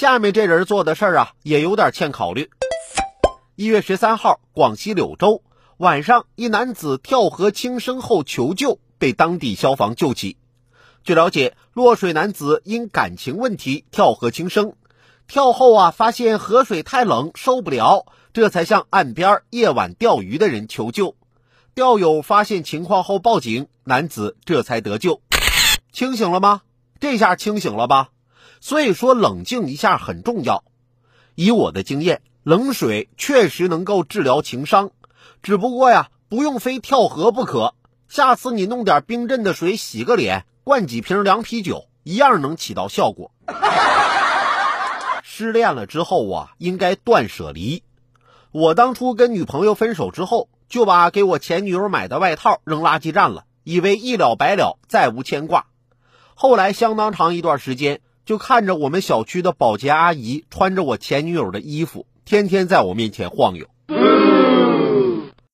下面这人做的事儿啊，也有点欠考虑。1月13号，广西柳州晚上，一男子跳河轻生后求救，被当地消防救起。据了解，落水男子因感情问题跳河轻生，跳后啊发现河水太冷受不了，这才向岸边夜晚钓鱼的人求救。钓友发现情况后报警，男子这才得救。清醒了吗？这下清醒了吧？所以说冷静一下很重要。以我的经验，冷水确实能够治疗情伤，只不过呀，不用非跳河不可。下次你弄点冰镇的水洗个脸，灌几瓶凉啤酒，一样能起到效果。失恋了之后啊，应该断舍离。我当初跟女朋友分手之后，就把给我前女友买的外套扔垃圾站了，以为一了百了，再无牵挂。后来相当长一段时间，就看着我们小区的保洁阿姨穿着我前女友的衣服，天天在我面前晃悠。